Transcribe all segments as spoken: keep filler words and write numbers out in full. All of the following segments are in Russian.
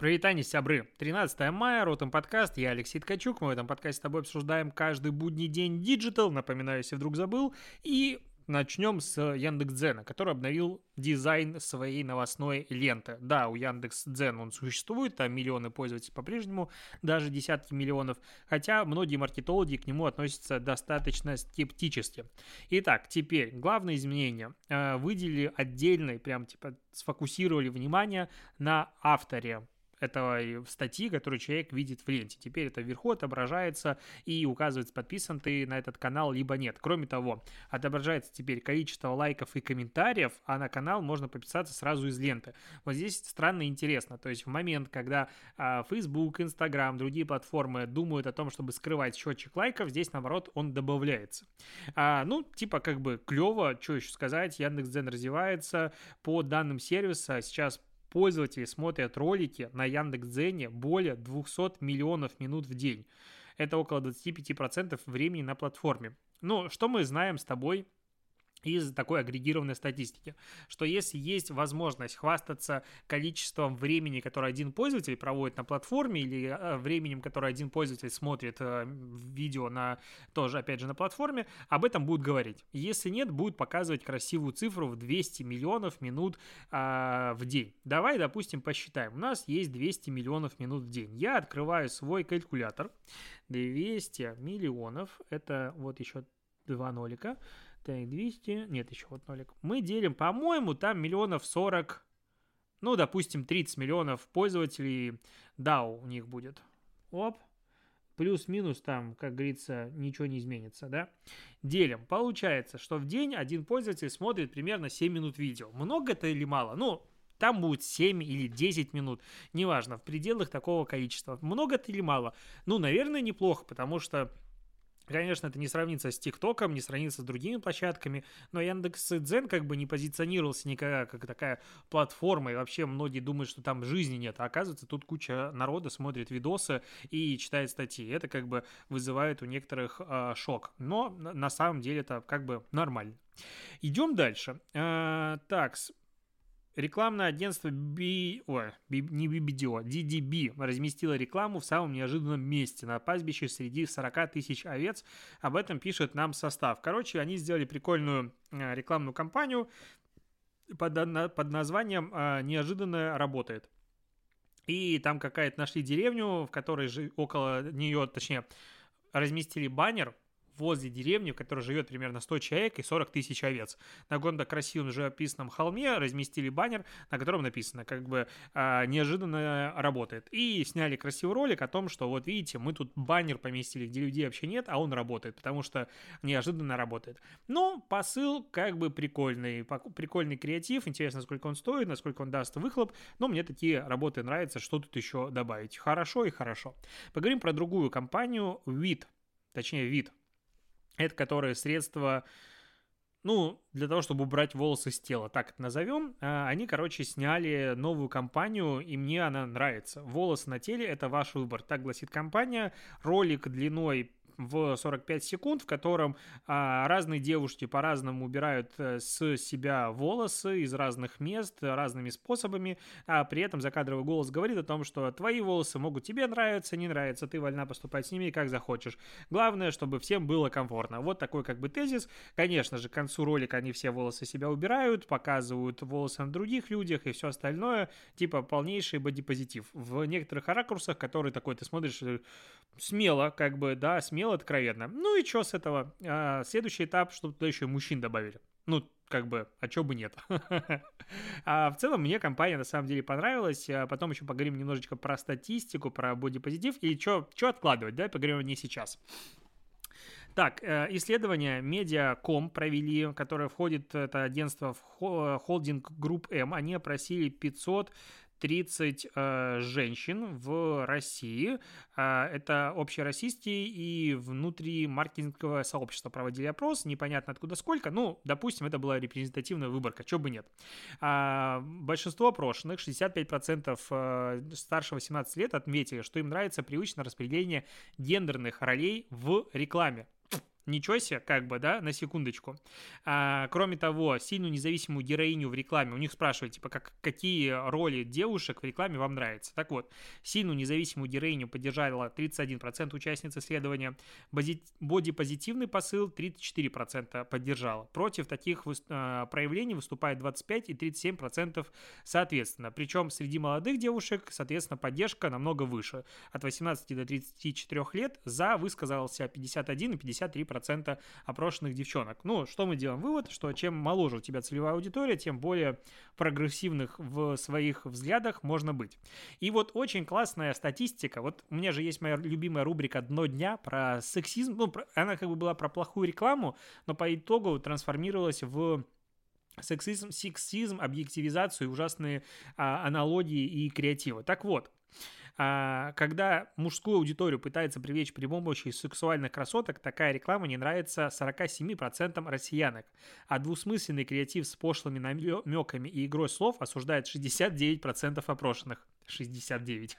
Привет, сябры. тринадцатое мая, Ротом подкаст, я Алексей Ткачук. Мы в этом подкасте с тобой обсуждаем каждый будний день диджитал, напоминаю, если вдруг забыл. И начнем с Яндекс.Дзена, который обновил дизайн своей новостной ленты. Да, у Яндекс.Дзен он существует, там миллионы пользователей по-прежнему, даже десятки миллионов, хотя многие маркетологи к нему относятся достаточно скептически. Итак, теперь главное изменение. Выделили отдельно, прям типа сфокусировали внимание на авторе этого статьи, которую человек видит в ленте. Теперь это вверху отображается и указывается, подписан ты на этот канал, либо нет. Кроме того, отображается теперь количество лайков и комментариев, а на канал можно подписаться сразу из ленты. Вот здесь странно и интересно. То есть в момент, когда а, Facebook, Instagram, другие платформы думают о том, чтобы скрывать счетчик лайков, здесь, наоборот, он добавляется. А, ну, типа, как бы клево, что еще сказать, Яндекс.Дзен развивается. По данным сервиса, сейчас пользователи смотрят ролики на Яндекс.Дзене более двухсот миллионов минут в день. Это около двадцать пять процентов времени на платформе. Ну, что мы знаем с тобой из такой агрегированной статистики, что если есть возможность хвастаться количеством времени, которое один пользователь проводит на платформе, или временем, которое один пользователь смотрит видео на, тоже, опять же, на платформе, об этом будут говорить. Если нет, будут показывать красивую цифру в двести миллионов минут а, в день. Давай, допустим, посчитаем. У нас есть двести миллионов минут в день. Я открываю свой калькулятор. двести миллионов, это вот еще два нолика. Так, двести, нет, еще вот нолик. Мы делим, по-моему, там миллионов сорок, ну, допустим, тридцать миллионов пользователей дао у них будет. Оп, плюс-минус там, как говорится, ничего не изменится, да? Делим. Получается, что в день один пользователь смотрит примерно семь минут видео. Много это или мало? Ну, там будет семь или десять минут, неважно, в пределах такого количества. Много это или мало? Ну, наверное, неплохо, потому что конечно, это не сравнится с ТикТоком, не сравнится с другими площадками, но Яндекс.Дзен как бы не позиционировался никогда как такая платформа, и вообще многие думают, что там жизни нет, а оказывается, тут куча народа смотрит видосы и читает статьи. Это как бы вызывает у некоторых э, шок, но на самом деле это как бы нормально. Идем дальше. Э, так, рекламное агентство B... Ой, B... не би би ди о, ди ди би разместило рекламу в самом неожиданном месте на пастбище среди сорок тысяч овец. Об этом пишет нам состав. Короче, они сделали прикольную рекламную кампанию под, под названием «Неожиданно работает». И там какая-то нашли деревню, в которой же около нее, точнее, разместили баннер возле деревни, в которой живет примерно сто человек и сорок тысяч овец. На каком-то красивом живописном холме разместили баннер, на котором написано, как бы э, неожиданно работает. И сняли красивый ролик о том, что вот видите, мы тут баннер поместили, где людей вообще нет, а он работает, потому что неожиданно работает. Но посыл как бы прикольный, прикольный креатив, интересно, сколько он стоит, насколько он даст выхлоп, но мне такие работы нравятся, что тут еще добавить. Хорошо и хорошо. Поговорим про другую компанию, Вид, точнее Вид. Это которые средства, ну, для того, чтобы убрать волосы с тела, так это назовем. Они, короче, сняли новую кампанию, и мне она нравится. Волосы на теле – это ваш выбор, так гласит компания. Ролик длиной в сорок пять секунд, в котором а, разные девушки по-разному убирают с себя волосы из разных мест, разными способами, а при этом закадровый голос говорит о том, что твои волосы могут тебе нравиться, не нравиться, ты вольна поступать с ними как захочешь. Главное, чтобы всем было комфортно. Вот такой как бы тезис. Конечно же, к концу ролика они все волосы себя убирают, показывают волосы на других людях и все остальное, типа полнейший бодипозитив. В некоторых ракурсах, которые такой ты смотришь смело, как бы, да, смело, откровенно. Ну и что с этого? А, следующий этап, чтобы туда еще и мужчин добавили. Ну, как бы, а чё бы нет? А в целом мне компания на самом деле понравилась. А потом еще поговорим немножечко про статистику, про бодипозитив. Или что откладывать, да, поговорим о ней сейчас. Так, исследование Media точка ком провели, которое входит, это агентство в холдинг Group M. Они опросили пятьсот тридцать э, женщин в России. Э, это общероссийские и внутримаркетинговое сообщество проводили опрос. Непонятно откуда сколько. Ну, допустим, это была репрезентативная выборка. Чего бы нет. Э, большинство опрошенных, шестьдесят пять процентов э, старше восемнадцати лет, отметили, что им нравится привычное распределение гендерных ролей в рекламе. Ничего себе, как бы, да, на секундочку. А, кроме того, сильную независимую героиню в рекламе, у них спрашивают, типа, как, какие роли девушек в рекламе вам нравятся. Так вот, сильную независимую героиню поддержала тридцать один процент участниц исследования, бодипозитивный посыл тридцать четыре процента поддержала. Против таких э, проявлений выступает двадцать пять и тридцать семь процентов соответственно. Причем среди молодых девушек, соответственно, поддержка намного выше. От восемнадцати до тридцати четырёх лет за высказался пятьдесят один и пятьдесят три процента опрошенных девчонок. Ну, что мы делаем? Вывод, что чем моложе у тебя целевая аудитория, тем более прогрессивных в своих взглядах можно быть. И вот очень классная статистика. Вот у меня же есть моя любимая рубрика «Дно дня» про сексизм. Ну, она как бы была про плохую рекламу, но по итогу трансформировалась в сексизм, сексизм, объективизацию и ужасные а, аналогии и креативы. Так вот, когда мужскую аудиторию пытается привлечь при помощи сексуальных красоток, такая реклама не нравится сорока семи процентам россиянок. А двусмысленный креатив с пошлыми намеками и игрой слов осуждает шестьдесят девять процентов опрошенных. шестьдесят девять.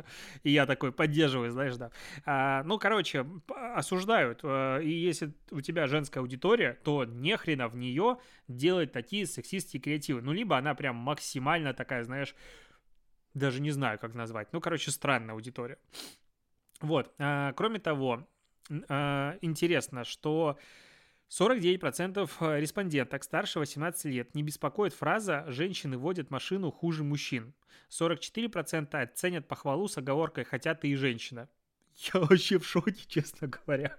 И я такой поддерживаю, знаешь, да. А, ну, короче, осуждают. И если у тебя женская аудитория, то нехрена в нее делать такие сексистские креативы. Ну, либо она прям максимально такая, знаешь, даже не знаю, как назвать. Ну, короче, странная аудитория. Вот. А, кроме того, а, интересно, что сорок девять процентов респонденток старше восемнадцати лет не беспокоит фраза «женщины водят машину хуже мужчин». сорок четыре процента оценят похвалу с оговоркой «хотя ты и женщина». Я вообще в шоке, честно говоря.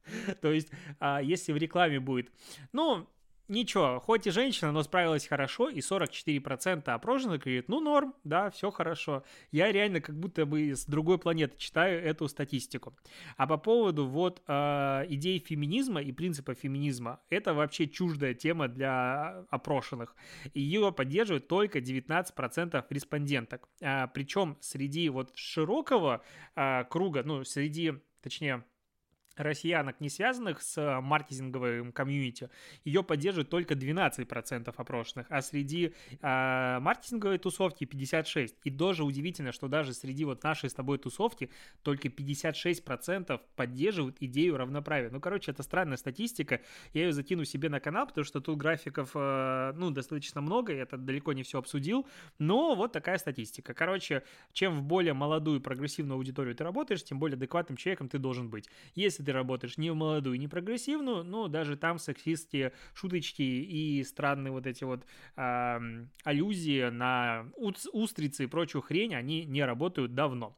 То есть, а, если в рекламе будет... Ну... Ничего, хоть и женщина, но справилась хорошо, и сорок четыре процента опрошенных говорит, ну норм, да, все хорошо. Я реально как будто бы с другой планеты читаю эту статистику. А по поводу вот э, идей феминизма и принципа феминизма, это вообще чуждая тема для опрошенных. Ее поддерживают только девятнадцать процентов респонденток. А, причем среди вот широкого а, круга, ну, среди, точнее... россиянок, не связанных с маркетинговым комьюнити, ее поддерживают только двенадцать процентов опрошенных, а среди э, маркетинговой тусовки пятьдесят шесть процентов. И даже удивительно, что даже среди вот нашей с тобой тусовки только пятьдесят шесть процентов поддерживают идею равноправия. Ну, короче, это странная статистика. Я ее закину себе на канал, потому что тут графиков, э, ну, достаточно много, я это далеко не все обсудил, но вот такая статистика. Короче, чем в более молодую прогрессивную аудиторию ты работаешь, тем более адекватным человеком ты должен быть. Если ты работаешь не в молодую, не прогрессивную, ну, даже там сексистские шуточки и странные вот эти вот э, аллюзии на устрицы и прочую хрень, они не работают давно.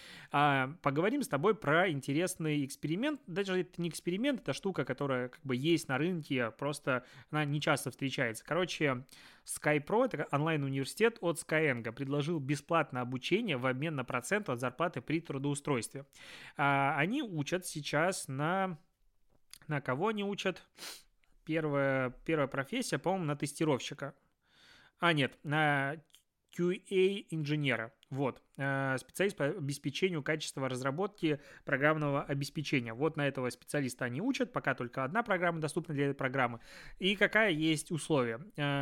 А, поговорим с тобой про интересный эксперимент. Даже это не эксперимент, это штука, которая как бы есть на рынке, просто она не часто встречается. Короче, SkyPro, это онлайн-университет от Skyeng, предложил бесплатное обучение в обмен на процент от зарплаты при трудоустройстве. А, они учат сейчас на... На кого они учат? Первая, первая профессия, по-моему, на тестировщика. А, нет, на кью эй-инженера. Вот. Специалист по обеспечению качества разработки программного обеспечения. Вот на этого специалиста они учат. Пока только одна программа доступна для этой программы. И какая есть условия?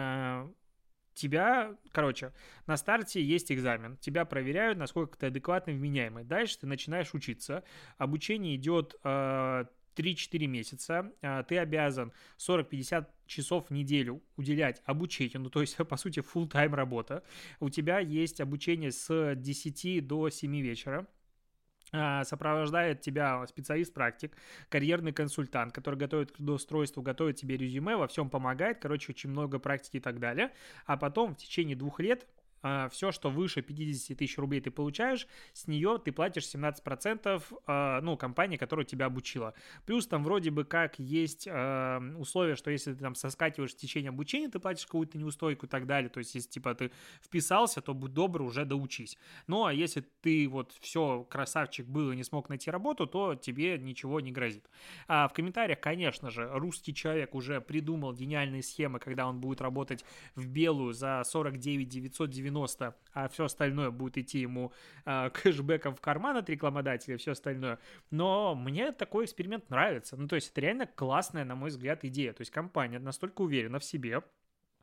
Тебя, короче, на старте есть экзамен. Тебя проверяют, насколько ты адекватный, вменяемый. Дальше ты начинаешь учиться. Обучение идет три-четыре месяца, ты обязан сорок-пятьдесят часов в неделю уделять обучению, ну то есть по сути full-time работа. У тебя есть обучение с десяти до семи вечера. Сопровождает тебя специалист-практик, карьерный консультант, который готовит к трудоустройству, готовит тебе резюме, во всем помогает, короче, очень много практики и так далее. А потом в течение двух лет все, что выше пятьдесят тысяч рублей ты получаешь, с нее ты платишь семнадцать процентов, ну, компании, которая тебя обучила. Плюс там вроде бы как есть условие, что если ты там соскакиваешь в течение обучения, ты платишь какую-то неустойку и так далее. То есть, если типа ты вписался, то будь добр, уже доучись. Ну, а если ты вот все, красавчик был и не смог найти работу, то тебе ничего не грозит. А в комментариях, конечно же, русский человек уже придумал гениальные схемы, когда он будет работать в белую за сорок девять тысяч девятьсот девяносто, а все остальное будет идти ему э, кэшбэком в карман от рекламодателя, все остальное. Но мне такой эксперимент нравится. Ну, то есть это реально классная, на мой взгляд, идея. То есть компания настолько уверена в себе,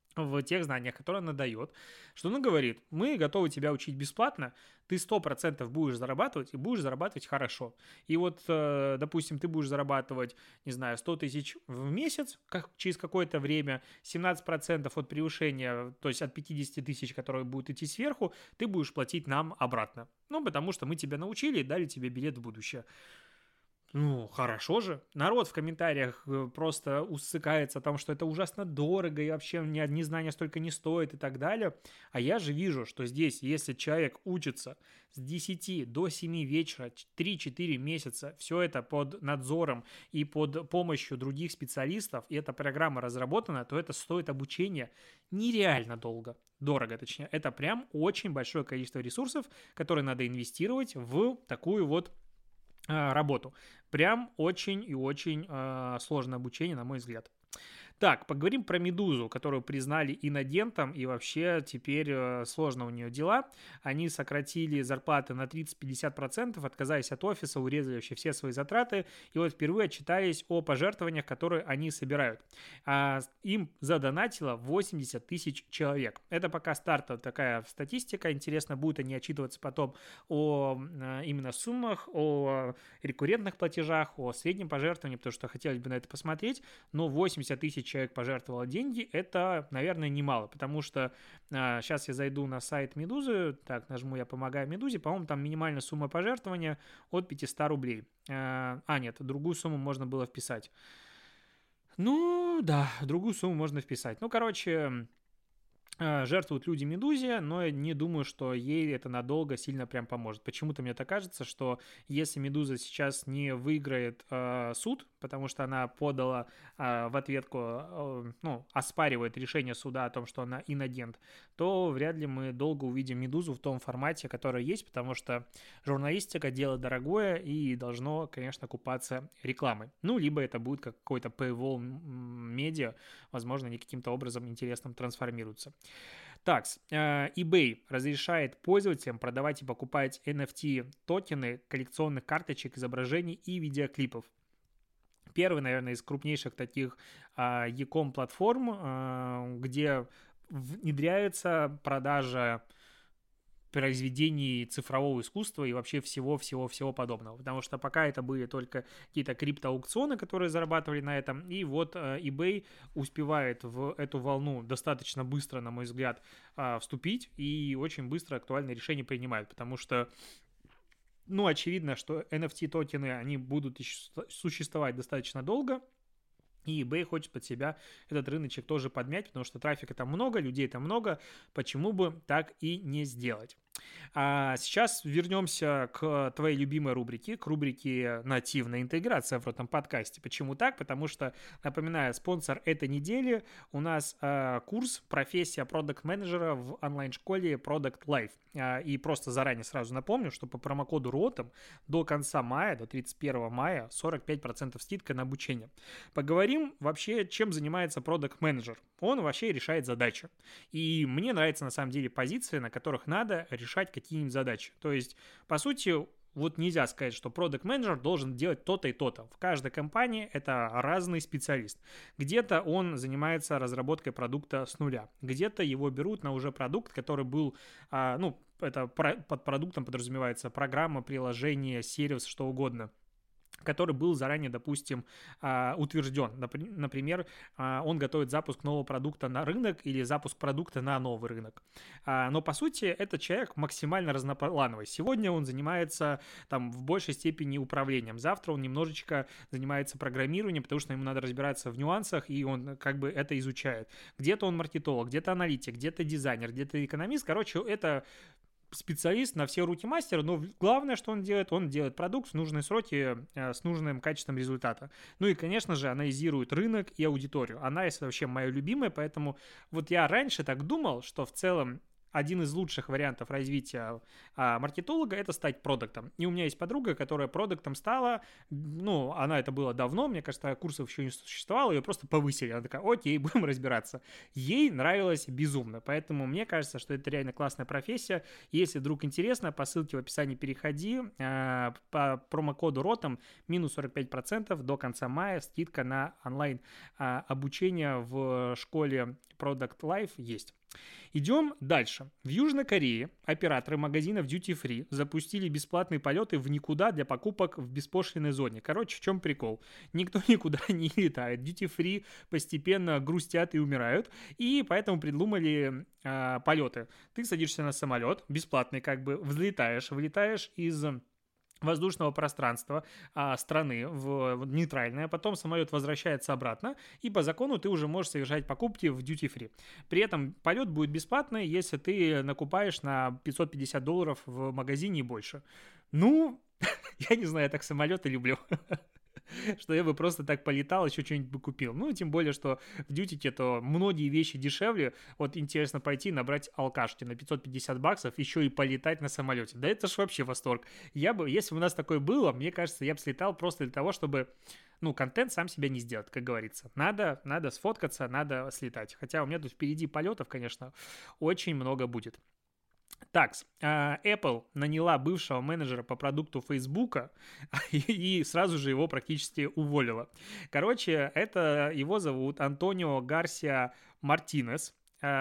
в тех знаниях, которые она дает, что она говорит: мы готовы тебя учить бесплатно, ты сто процентов будешь зарабатывать и будешь зарабатывать хорошо. И вот, э, допустим, ты будешь зарабатывать, не знаю, сто тысяч в месяц как, через какое-то время, семнадцать процентов от превышения, то есть от пятьдесят тысяч, которые будут идти сверху, ты будешь платить нам обратно. Ну, потому что мы тебя научили и дали тебе билет в будущее. Ну, хорошо же. Народ в комментариях э, просто усыкается о том, что это ужасно дорого и вообще ни одни знания столько не стоят и так далее. А я же вижу, что здесь, если человек учится с десяти до семи вечера, три-четыре месяца, все это под надзором и под помощью других специалистов, и эта программа разработана, то это стоит обучения нереально долго. Дорого, точнее. Это прям очень большое количество ресурсов, которые надо инвестировать в такую вот работу. Прям очень и очень э, сложное обучение, на мой взгляд. Так, поговорим про «Медузу», которую признали инагентом, и вообще теперь э, сложно у нее дела. Они сократили зарплаты на тридцать-пятьдесят процентов, отказались от офиса, урезали вообще все свои затраты, и вот впервые отчитались о пожертвованиях, которые они собирают. А им задонатило восемьдесят тысяч человек. Это пока стартовая такая статистика. Интересно, будут они отчитываться потом о э, именно суммах, о рекуррентных платежах, о среднем пожертвовании, потому что хотелось бы на это посмотреть, но восемьдесят тысяч человек пожертвовал деньги, это, наверное, немало, потому что а, сейчас я зайду на сайт Медузы, так, нажму «Я помогаю Медузе», по-моему, там минимальная сумма пожертвования от пятьсот рублей. А, а, нет, другую сумму можно было вписать. Ну, да, другую сумму можно вписать. Ну, короче, жертвуют люди Медузе, но я не думаю, что ей это надолго сильно прям поможет. Почему-то мне так кажется, что если Медуза сейчас не выиграет э, суд, потому что она подала э, в ответку, э, ну, оспаривает решение суда о том, что она инагент, то вряд ли мы долго увидим Медузу в том формате, который есть, потому что журналистика — дело дорогое и должно, конечно, купаться рекламой. Ну, либо это будет как какой-то paywall медиа, возможно, они каким-то образом интересным трансформируются. Так, eBay разрешает пользователям продавать и покупать эн эф ти-токены коллекционных карточек, изображений и видеоклипов. Первый, наверное, из крупнейших таких e-com платформ, где внедряется продажа произведений цифрового искусства и вообще всего-всего-всего подобного. Потому что пока это были только какие-то криптоаукционы, которые зарабатывали на этом, и вот eBay успевает в эту волну достаточно быстро, на мой взгляд, вступить и очень быстро актуальные решения принимает, потому что ну, очевидно, что эн эф ти-токены, они будут существовать достаточно долго, и eBay хочет под себя этот рыночек тоже подмять, потому что трафика там много, людей там много, почему бы так и не сделать. А сейчас вернемся к твоей любимой рубрике, к рубрике «Нативная интеграция» в этом подкасте. Почему так? Потому что, напоминаю, спонсор этой недели у нас э, курс «Профессия продакт-менеджера» в онлайн-школе Product Life. А, и просто заранее сразу напомню, что по промокоду РОТОМ до конца мая, до тридцать первого мая, сорок пять процентов скидка на обучение. Поговорим вообще, чем занимается продакт-менеджер. Он вообще решает задачи. И мне нравится на самом деле позиции, на которых надо решать какие-нибудь задачи. То есть, по сути, вот нельзя сказать, что продакт-менеджер должен делать то-то и то-то. В каждой компании это разный специалист. Где-то он занимается разработкой продукта с нуля. Где-то его берут на уже продукт, который был, а, ну, это под продуктом подразумевается программа, приложение, сервис, что угодно, который был заранее, допустим, утвержден. Например, он готовит запуск нового продукта на рынок или запуск продукта на новый рынок. Но, по сути, этот человек максимально разноплановый. Сегодня он занимается там в большей степени управлением. Завтра он немножечко занимается программированием, потому что ему надо разбираться в нюансах, и он как бы это изучает. Где-то он маркетолог, где-то аналитик, где-то дизайнер, где-то экономист. Короче, это специалист на все руки мастер, но главное, что он делает, он делает продукт в нужные сроки э, с нужным качеством результата. Ну и, конечно же, анализирует рынок и аудиторию. Анализ вообще моя любимая, поэтому вот я раньше так думал, что в целом один из лучших вариантов развития а, маркетолога — это стать продуктом. И у меня есть подруга, которая продуктом стала, ну, она это было давно, мне кажется, курсов еще не существовало, ее просто повысили. Она такая: окей, будем разбираться. Ей нравилось безумно, поэтому мне кажется, что это реально классная профессия. Если вдруг интересно, по ссылке в описании переходи, а, по промокоду РОТОМ минус сорок пять процентов до конца мая, скидка на онлайн а, обучение в школе Product Life есть. Идем дальше. В Южной Корее операторы магазинов Duty Free запустили бесплатные полеты в никуда для покупок в беспошлинной зоне. Короче, в чем прикол? Никто никуда не летает. Duty Free постепенно грустят и умирают, и поэтому придумали э, полеты. Ты садишься на самолет, бесплатный как бы, взлетаешь, вылетаешь из воздушного пространства а, страны в, в нейтральное, потом самолет возвращается обратно, и по закону ты уже можешь совершать покупки в duty free. При этом полет будет бесплатный, если ты накупаешь на пятьсот пятьдесят долларов в магазине и больше. Ну, я не знаю, я так самолеты люблю. Что я бы просто так полетал, еще что-нибудь бы купил. Ну, тем более, что в дьютике-то многие вещи дешевле. Вот интересно пойти набрать алкашки на пятьсот пятьдесят баксов, еще и полетать на самолете. Да это ж вообще восторг. Я бы, если бы у нас такое было, мне кажется, я бы слетал просто для того, чтобы, ну, контент сам себя не сделать, как говорится. Надо, надо сфоткаться, надо слетать. Хотя у меня тут впереди полетов, конечно, очень много будет. Так, Apple наняла бывшего менеджера по продукту Фейсбука и сразу же его практически уволила. Короче, это его зовут Антонио Гарсия Мартинес.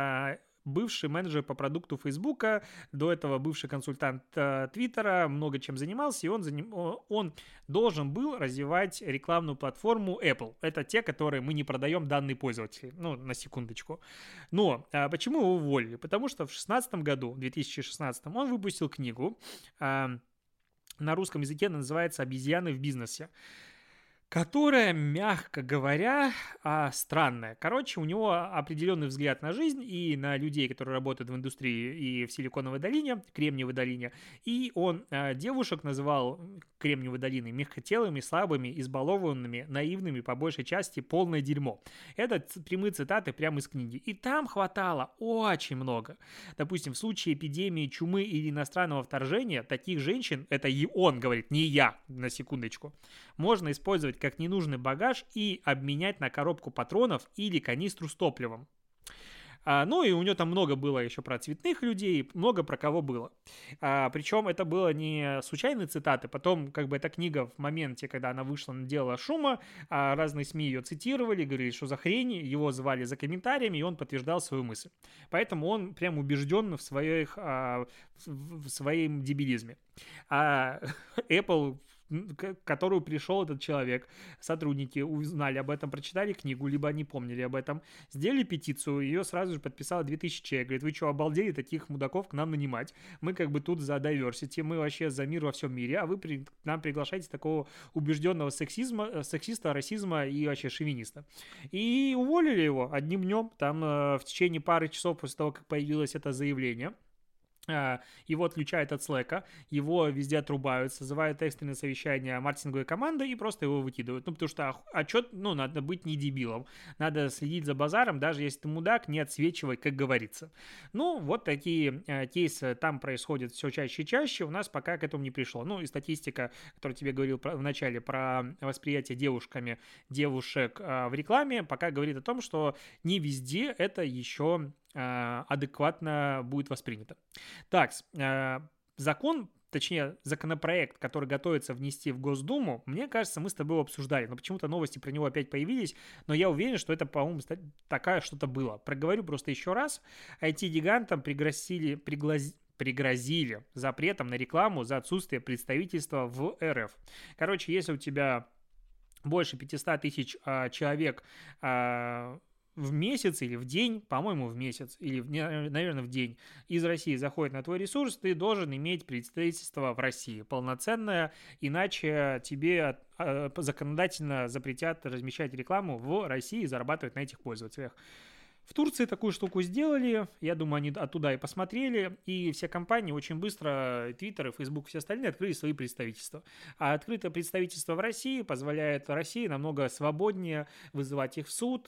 Бывший менеджер по продукту Фейсбука, до этого бывший консультант Твиттера, много чем занимался, и он, заним... он должен был развивать рекламную платформу Apple. Это те, которые мы не продаем данные пользователей, ну, на секундочку. Но а почему его уволили? Потому что в шестнадцатом году, в две тысячи шестнадцатом, он выпустил книгу, а, на русском языке она называется «Обезьяны в бизнесе», которая, мягко говоря, странная. Короче, у него определенный взгляд на жизнь и на людей, которые работают в индустрии и в Силиконовой долине, Кремниевой долине. И он девушек называл Кремниевой долиной мягкотелыми, слабыми, избалованными, наивными, по большей части полное дерьмо. Это прямые цитаты прямо из книги. И там хватало очень много. Допустим, в случае эпидемии, чумы или иностранного вторжения, таких женщин, это и он говорит, не я, на секундочку, можно использовать как ненужный багаж и обменять на коробку патронов или канистру с топливом. А, ну и у него там много было еще про цветных людей, много про кого было. А, причем это было не случайные цитаты, потом как бы эта книга в моменте, когда она вышла, наделала шума, а разные СМИ ее цитировали, говорили, что за хрень, его звали за комментариями, и он подтверждал свою мысль. Поэтому он прям убежден в, своих, а, в, в своем дебилизме. А Apple, к которую пришел этот человек, сотрудники узнали об этом, прочитали книгу, либо они помнили об этом, сделали петицию, ее сразу же подписало две тысячи человек. Говорит, вы что, обалдели таких мудаков к нам нанимать? Мы как бы тут за diversity, мы вообще за мир во всем мире, а вы при, к нам приглашаете такого убежденного сексизма, сексиста, расизма и вообще шовиниста. И уволили его одним днем, там э, в течение пары часов после того, как появилось это заявление. Его отключают от Slack, его везде отрубают, созывают экстренное совещание маркетинговой команды и просто его выкидывают. Ну, потому что, а что, ну, надо быть не дебилом. Надо следить за базаром, даже если ты мудак, не отсвечивай, как говорится. Ну, вот такие э, кейсы там происходят все чаще и чаще. У нас пока к этому не пришло. Ну, и статистика, которую тебе говорил про, в начале про восприятие девушками девушек э, в рекламе, пока говорит о том, что не везде это еще адекватно будет воспринято. Так, закон, точнее, законопроект, который готовится внести в Госдуму, мне кажется, мы с тобой обсуждали, но почему-то новости про него опять появились, но я уверен, что это, по-моему, такая что-то было. Проговорю просто еще раз. ай ти-гигантам пригрозили, приглаз... пригрозили запретом на рекламу за отсутствие представительства в эр эф. Короче, если у тебя больше пятьсот тысяч а, человек а, в месяц или в день, по-моему, в месяц, или, наверное, в день из России заходит на твой ресурс, ты должен иметь представительство в России полноценное, иначе тебе законодательно запретят размещать рекламу в России и зарабатывать на этих пользователях. В Турции такую штуку сделали, я думаю, они оттуда и посмотрели, и все компании очень быстро, Twitter, Facebook, все остальные открыли свои представительства. А открытое представительство в России позволяет России намного свободнее вызывать их в суд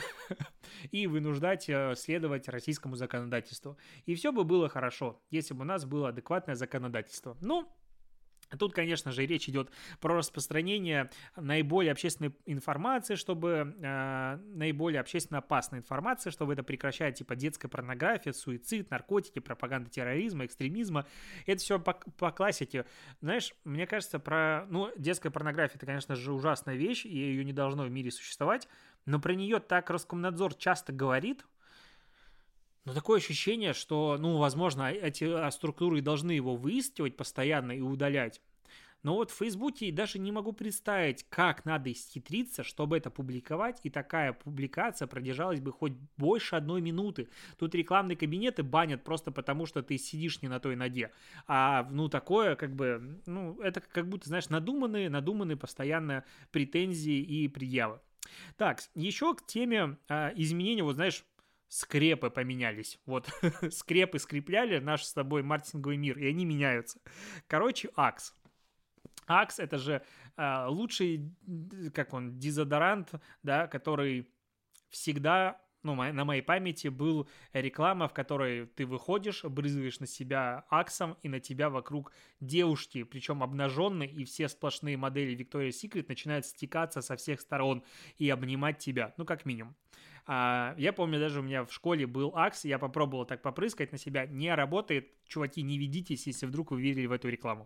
и вынуждать следовать российскому законодательству. И все бы было хорошо, если бы у нас было адекватное законодательство. Ну, тут, конечно же, речь идет про распространение наиболее общественной информации, чтобы э, наиболее общественно опасной информации, чтобы это прекращать, типа детская порнография, суицид, наркотики, пропаганда терроризма, экстремизма. Это все по, по классике. Знаешь, мне кажется, про... Ну, детская порнография, это, конечно же, ужасная вещь, и ее не должно в мире существовать, но про нее так Роскомнадзор часто говорит, Но такое ощущение, что, ну, возможно, эти а, структуры должны его выискивать постоянно и удалять. Но вот в Фейсбуке даже не могу представить, как надо исхитриться, чтобы это публиковать, и такая публикация продержалась бы хоть больше одной минуты. Тут рекламные кабинеты банят просто потому, что ты сидишь не на той ноге. А, ну, такое, как бы, ну, это как будто, знаешь, надуманные, надуманные постоянно претензии и предъявы. Так, еще к теме а, изменения, вот, знаешь, скрепы поменялись. Вот, скрепы скрепляли наш с тобой маркетинговый мир, и они меняются. Короче, Axe. Axe — это же э, лучший, как он, дезодорант, да, который всегда, ну, на моей памяти был реклама, в которой ты выходишь, брызгаешь на себя Аксом, и на тебя вокруг девушки, причем обнаженные, и все сплошные модели Victoria's Secret начинают стекаться со всех сторон и обнимать тебя, ну, как минимум. А, я помню, даже у меня в школе был Axe, я попробовал так попрыскать на себя, не работает, чуваки, не ведитесь, если вдруг вы верили в эту рекламу.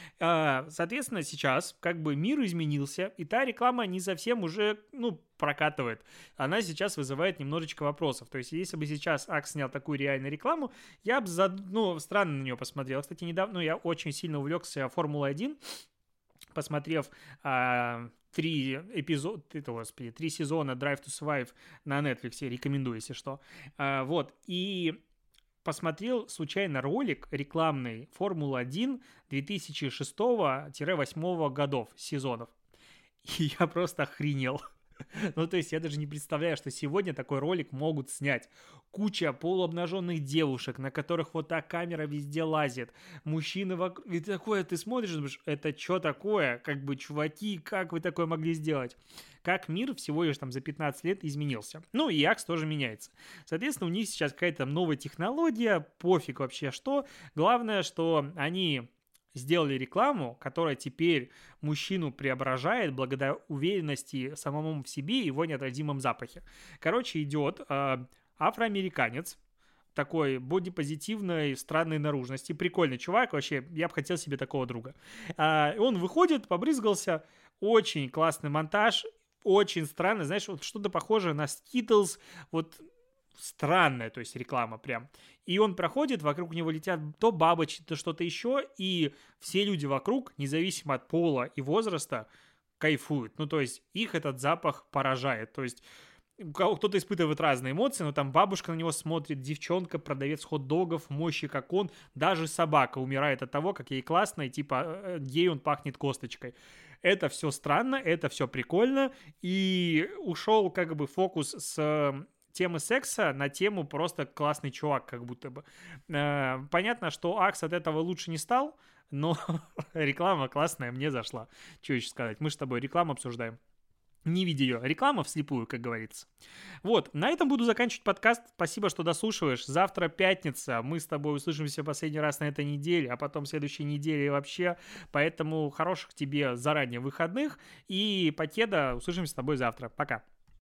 А, соответственно, сейчас как бы мир изменился, и та реклама не совсем уже, ну, прокатывает. Она сейчас вызывает немножечко вопросов. То есть, если бы сейчас Axe снял такую реальную рекламу, я бы, за, ну, странно на нее посмотрел. Кстати, недавно, ну, я очень сильно увлекся Формулой один, посмотрев а, три эпизода, это, господи, три сезона Drive to Survive на Netflix, рекомендую, если что. А, вот, и посмотрел случайно ролик рекламный Формулы один две тысячи шестого — две тысячи восьмого годов, сезонов. И я просто охренел. Ну, то есть я даже не представляю, что сегодня такой ролик могут снять. Куча полуобнаженных девушек, на которых вот так камера везде лазит. Мужчины вокруг. И такое ты смотришь, думаешь, это что такое? Как бы, чуваки, как вы такое могли сделать? Как мир всего лишь там за пятнадцать лет изменился. Ну, и Axe тоже меняется. Соответственно, у них сейчас какая-то новая технология, пофиг вообще что. Главное, что они сделали рекламу, которая теперь мужчину преображает благодаря уверенности самому в себе и его неотразимом запахе. Короче, идет э, афроамериканец, такой бодипозитивной, странной наружности. Прикольный чувак, вообще, я бы хотел себе такого друга. Э, он выходит, побрызгался, очень классный монтаж, очень странно, знаешь, вот что-то похожее на Skittles, вот странная, то есть реклама прям. И он проходит, вокруг него летят то бабочки, то что-то еще, и все люди вокруг, независимо от пола и возраста, кайфуют. Ну, то есть их этот запах поражает. То есть кто-то испытывает разные эмоции, но там бабушка на него смотрит, девчонка, продавец хот-догов, мощи как он, даже собака умирает от того, как ей классно, и типа ей он пахнет косточкой. Это все странно, это все прикольно, и ушел как бы фокус с темы секса на тему просто классный чувак, как будто бы. Э, понятно, что Axe от этого лучше не стал, но реклама классная, мне зашла. Что еще сказать? Мы же с тобой рекламу обсуждаем. Не видя ее. Реклама вслепую, как говорится. Вот, на этом буду заканчивать подкаст. Спасибо, что дослушиваешь. Завтра пятница. Мы с тобой услышимся последний раз на этой неделе, а потом следующей неделе вообще. Поэтому хороших тебе заранее выходных. И покеда. Услышимся с тобой завтра. Пока.